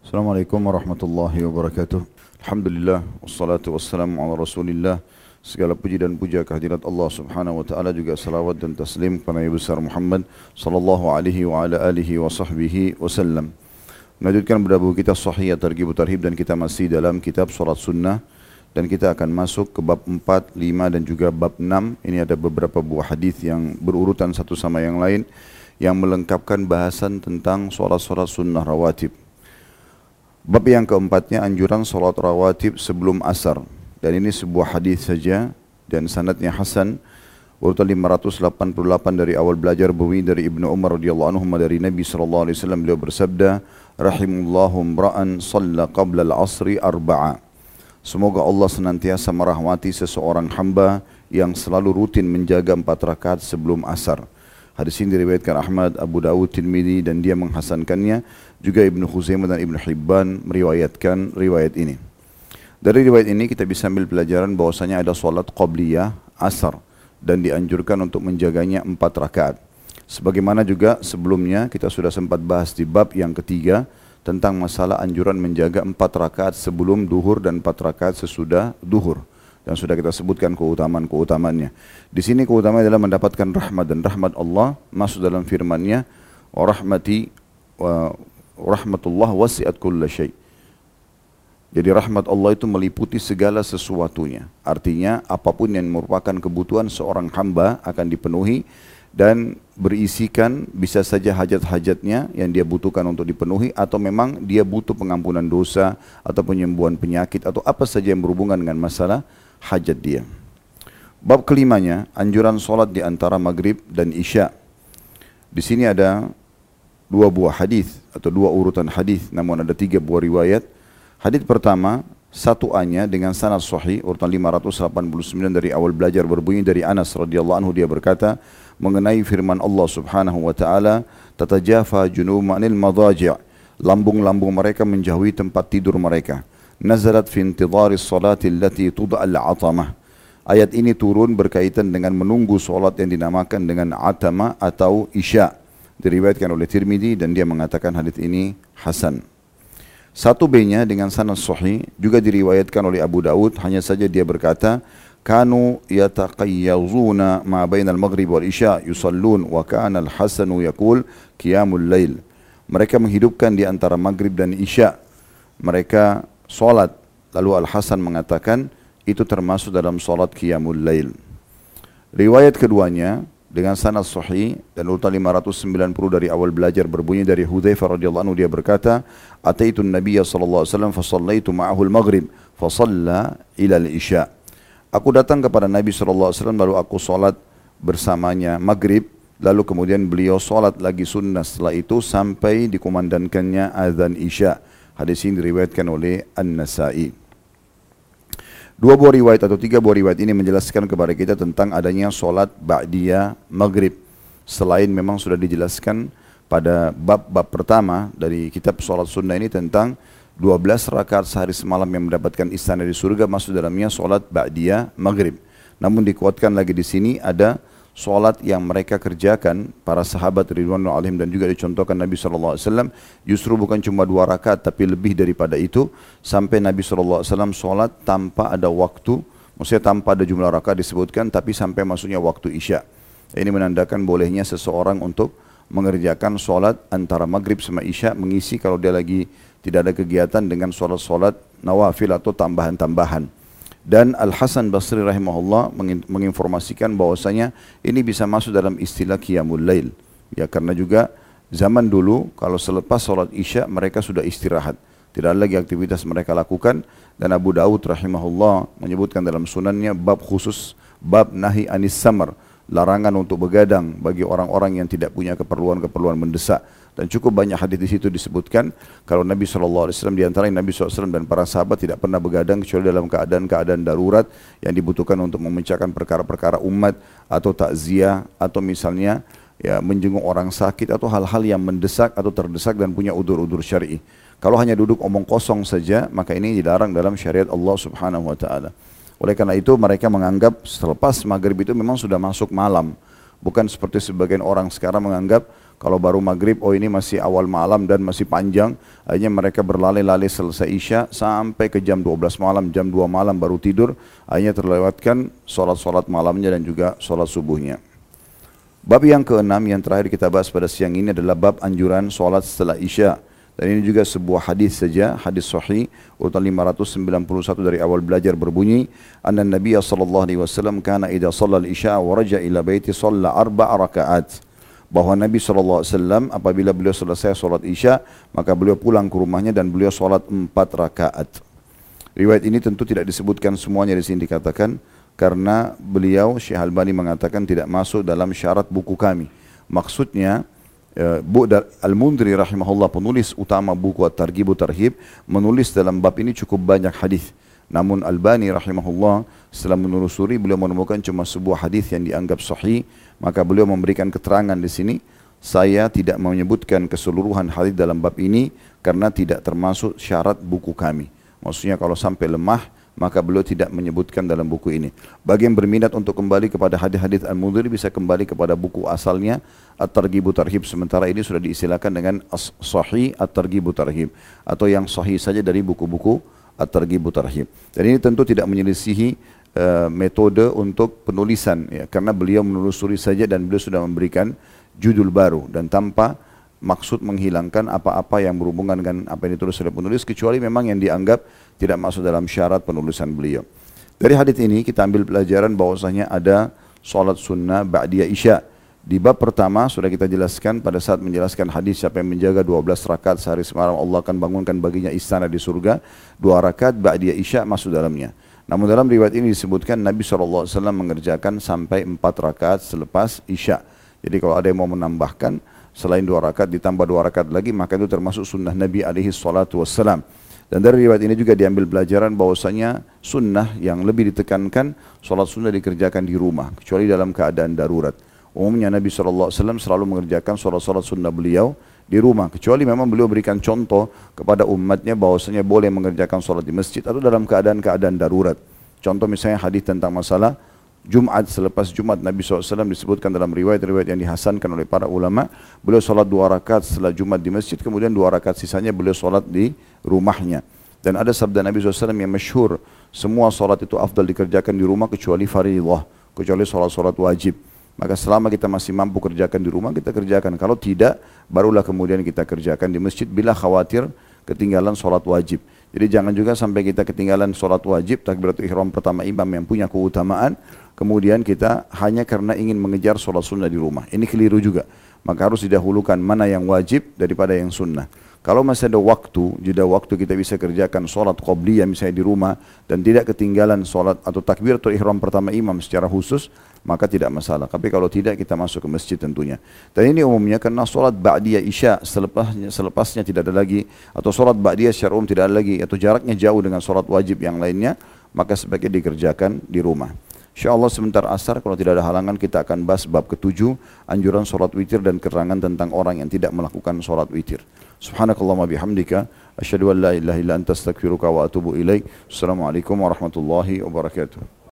Assalamualaikum warahmatullahi wabarakatuh. Alhamdulillah, wassalatu wassalamu ala rasulillah. Segala puji dan puja kehadirat Allah subhanahu wa ta'ala, juga salawat dan taslim kepada Nabi besar Muhammad sallallahu alaihi wa ala alihi wa sahbihi wasallam. Melanjutkan pada buku kita Sahih At-Targhib Tarhib, dan kita masih dalam kitab Salat Sunnah, dan kita akan masuk ke bab 4, 5 dan juga bab 6. Ini ada beberapa buah hadis yang berurutan satu sama yang lain yang melengkapkan bahasan tentang salat-salat sunnah rawatib. Bab yang keempatnya anjuran salat rawatib sebelum asar, dan ini sebuah hadis saja dan sanadnya hasan. Urutan 588 dari awal belajar berbunyi dari Ibnu Umar radhiyallahu anhu dari Nabi sallallahu alaihi wasallam, beliau bersabda, rahimullahu imra'an shalla qabla al-'asri arba'a. Semoga Allah senantiasa merahmati seseorang hamba yang selalu rutin menjaga 4 rakaat sebelum asar. Hadis ini diriwayatkan Ahmad, Abu Dawud, Tirmidzi, dan dia menghasankannya. Juga Ibnu Khuzaimah dan Ibnu Hibban meriwayatkan riwayat ini. Dari riwayat ini kita bisa ambil pelajaran bahwasanya ada salat qabliyah asar dan dianjurkan untuk menjaganya 4 rakaat. Sebagaimana juga sebelumnya kita sudah sempat bahas di bab yang ketiga tentang masalah anjuran menjaga 4 rakaat sebelum duhur dan 4 rakaat sesudah duhur. Dan sudah kita sebutkan keutamaan-keutamaannya. Di sini keutamaan adalah mendapatkan rahmat, dan rahmat Allah masuk dalam firman-Nya, wa rahmati wa rahmatullah wasi'at kulla syai'. Jadi rahmat Allah itu meliputi segala sesuatunya. Artinya apapun yang merupakan kebutuhan seorang hamba akan dipenuhi dan berisikan bisa saja hajat-hajatnya yang dia butuhkan untuk dipenuhi, atau memang dia butuh pengampunan dosa atau penyembuhan penyakit atau apa saja yang berhubungan dengan masalah hajat dia. Bab kelimanya, anjuran solat di antara maghrib dan isya. Di sini ada 2 buah hadis atau 2 urutan hadis, namun ada 3 buah riwayat. Hadis pertama, 1A-nya dengan sanad sahih, urutan 589 dari awal belajar berbunyi dari Anas radhiyallahu anhu, dia berkata mengenai firman Allah subhanahu wa ta'ala, tatajafa junubuhum 'anil madaji', lambung-lambung mereka menjauhi tempat tidur mereka. Nazalat fi intidhari salati allati tud'al 'atamah. Ayat ini turun berkaitan dengan menunggu solat yang dinamakan dengan atama atau isya. Diriwayatkan oleh Tirmidzi dan dia mengatakan hadis ini hasan. 1B-nya dengan sanad sahih juga diriwayatkan oleh Abu Dawud, hanya saja dia berkata kanu yataqayyazuna ma bainal maghrib wal isya yusallun wa kana al-Hasanu yaqul qiyamul lail. Mereka menghidupkan di antara maghrib dan isya, mereka solat, lalu Al-Hasan mengatakan itu termasuk dalam solat qiyamul lail. Riwayat keduanya dengan sanad sahih dan urutan 590 dari awal belajar berbunyi dari Hudzaifah radhiyallahu anhu, dia berkata ataitun nabiyya sallallahu alaihi wasallam fa shallaitu ma'ahu al-maghrib fa shalla ila al-isya. Aku datang kepada Nabi sallallahu alaihi wasallam lalu aku salat bersamanya maghrib, lalu kemudian beliau salat lagi sunnah setelah itu sampai dikumandangkannya azan isya. Hadis ini diriwayatkan oleh An-Nasa'i. 2 buah riwayat atau 3 buah riwayat ini menjelaskan kepada kita tentang adanya solat ba'diyah maghrib. Selain memang sudah dijelaskan pada bab-bab pertama dari kitab solat sunnah ini tentang 12 rakaat sehari semalam yang mendapatkan istana di surga, masuk dalamnya solat ba'diyah maghrib. Namun dikuatkan lagi di sini ada solat yang mereka kerjakan para sahabat ridwanullah alaihim dan juga dicontohkan Nabi SAW, justru bukan cuma 2 rakaat tapi lebih daripada itu, sampai Nabi SAW solat tanpa ada waktu, maksudnya tanpa ada jumlah rakaat disebutkan, tapi sampai masuknya waktu isya. Ini menandakan bolehnya seseorang untuk mengerjakan solat antara maghrib sama isya, mengisi kalau dia lagi tidak ada kegiatan dengan solat-solat nawafil atau tambahan-tambahan. Dan Al-Hasan Basri rahimahullah menginformasikan bahwasanya ini bisa masuk dalam istilah qiyamul lail. Ya, karena juga zaman dulu kalau selepas salat isya mereka sudah istirahat, tidak ada lagi aktivitas mereka lakukan. Dan Abu Dawud rahimahullah menyebutkan dalam sunannya bab khusus, bab nahi anis samar, larangan untuk begadang bagi orang-orang yang tidak punya keperluan-keperluan mendesak. Dan cukup banyak hadis di situ disebutkan kalau Nabi SAW, di antara Nabi SAW dan para sahabat tidak pernah begadang kecuali dalam keadaan-keadaan darurat yang dibutuhkan untuk memecahkan perkara-perkara umat atau takziah atau misalnya ya menjenguk orang sakit atau hal-hal yang mendesak atau terdesak dan punya udur-udur syar'i. Kalau hanya duduk omong kosong saja, maka ini dilarang dalam syariat Allah Subhanahu wa taala. Oleh karena itu mereka menganggap selepas maghrib itu memang sudah masuk malam. Bukan seperti sebagian orang sekarang menganggap kalau baru maghrib, oh ini masih awal malam dan masih panjang. Akhirnya mereka berlari-lari selesai isya sampai ke jam 12 malam, jam 2 malam baru tidur. Akhirnya terlewatkan sholat-sholat malamnya dan juga sholat subuhnya. Bab yang keenam yang terakhir kita bahas pada siang ini adalah bab anjuran sholat setelah isya. Dan ini juga sebuah hadis saja, hadis sahih urutan 591 dari awal belajar berbunyi, anna Nabi sallallahu alaihi wasallam kana idza shalla al-isya wa raja ila baiti shalla 4 rakaat. Bahwa Nabi sallallahu alaihi wasallam apabila beliau selesai salat isya, maka beliau pulang ke rumahnya dan beliau salat 4 rakaat. Riwayat ini tentu tidak disebutkan semuanya di sini dikatakan karena beliau Syekh Albani mengatakan tidak masuk dalam syarat buku kami. Maksudnya Al-Mundhiri rahimahullah, penulis utama buku At-Targhib Tarhib, menulis dalam bab ini cukup banyak hadis. Namun Albani rahimahullah setelah menelusuri beliau menemukan cuma sebuah hadis yang dianggap sahih, maka beliau memberikan keterangan di sini, saya tidak menyebutkan keseluruhan hadis dalam bab ini karena tidak termasuk syarat buku kami. Maksudnya kalau sampai lemah maka beliau tidak menyebutkan dalam buku ini. Bagi yang berminat untuk kembali kepada hadis-hadis Al-Mundhiri bisa kembali kepada buku asalnya At-Targhib Tarhib. Sementara ini sudah diistilahkan dengan Sahih At-Targhib Tarhib atau yang sahih saja dari buku-buku At-Targhib Tarhib. Dan ini tentu tidak menyelisihi metode untuk penulisan ya, karena beliau menelusuri saja dan beliau sudah memberikan judul baru dan tanpa maksud menghilangkan apa-apa yang berhubungan dengan apa yang ditulis oleh penulis, kecuali memang yang dianggap tidak masuk dalam syarat penulisan beliau. Dari hadis ini kita ambil pelajaran bahwasanya ada salat sunnah ba'diyah isya. Di bab pertama sudah kita jelaskan pada saat menjelaskan hadis siapa yang menjaga 12 rakaat sehari semalam Allah akan bangunkan baginya istana di surga. 2 rakaat ba'diyah isya masuk dalamnya. Namun dalam riwayat ini disebutkan Nabi SAW mengerjakan sampai 4 rakaat selepas isya. Jadi kalau ada yang mau menambahkan selain 2 rakaat ditambah 2 rakaat lagi, maka itu termasuk sunnah Nabi alaihi salatu wassalam. Dan dari riwayat ini juga diambil pelajaran bahwasanya sunnah yang lebih ditekankan, salat sunnah dikerjakan di rumah, kecuali dalam keadaan darurat. Umumnya Nabi SAW selalu mengerjakan salat-salat sunnah beliau di rumah, kecuali memang beliau berikan contoh kepada umatnya bahwasanya boleh mengerjakan salat di masjid atau dalam keadaan-keadaan darurat. Contoh misalnya hadis tentang masalah Jumat, selepas Jumat Nabi SAW disebutkan dalam riwayat-riwayat yang dihasankan oleh para ulama, beliau sholat 2 rakaat setelah Jumat di masjid, kemudian 2 rakaat sisanya beliau sholat di rumahnya. Dan ada sabda Nabi SAW yang masyhur, semua sholat itu afdal dikerjakan di rumah kecuali fardhiyah, kecuali sholat-sholat wajib. Maka selama kita masih mampu kerjakan di rumah, kita kerjakan. Kalau tidak, barulah kemudian kita kerjakan di masjid bila khawatir ketinggalan sholat wajib. Jadi jangan juga sampai kita ketinggalan sholat wajib, takbiratul ihram pertama imam yang punya keutamaan, kemudian kita hanya karena ingin mengejar sholat sunnah di rumah. Ini keliru juga. Maka harus didahulukan mana yang wajib daripada yang sunnah. Kalau masih ada waktu, jeda waktu kita bisa kerjakan sholat qobliyah misalnya di rumah dan tidak ketinggalan sholat atau takbiratul ihram pertama imam secara khusus, maka tidak masalah. Tapi kalau tidak, kita masuk ke masjid tentunya. Dan ini umumnya karena sholat ba'diyah isya selepasnya tidak ada lagi, atau sholat ba'diyah secara umum tidak ada lagi, atau jaraknya jauh dengan sholat wajib yang lainnya, maka sebaiknya dikerjakan di rumah. InsyaAllah sebentar asar kalau tidak ada halangan kita akan bahas bab ke-7, anjuran sholat witir dan keterangan tentang orang yang tidak melakukan sholat witir. Subhanakallahumma bihamdika asyhadu an la ilaha illa anta astaghfiruka wa atubu ilaik. Assalamualaikum warahmatullahi wabarakatuh.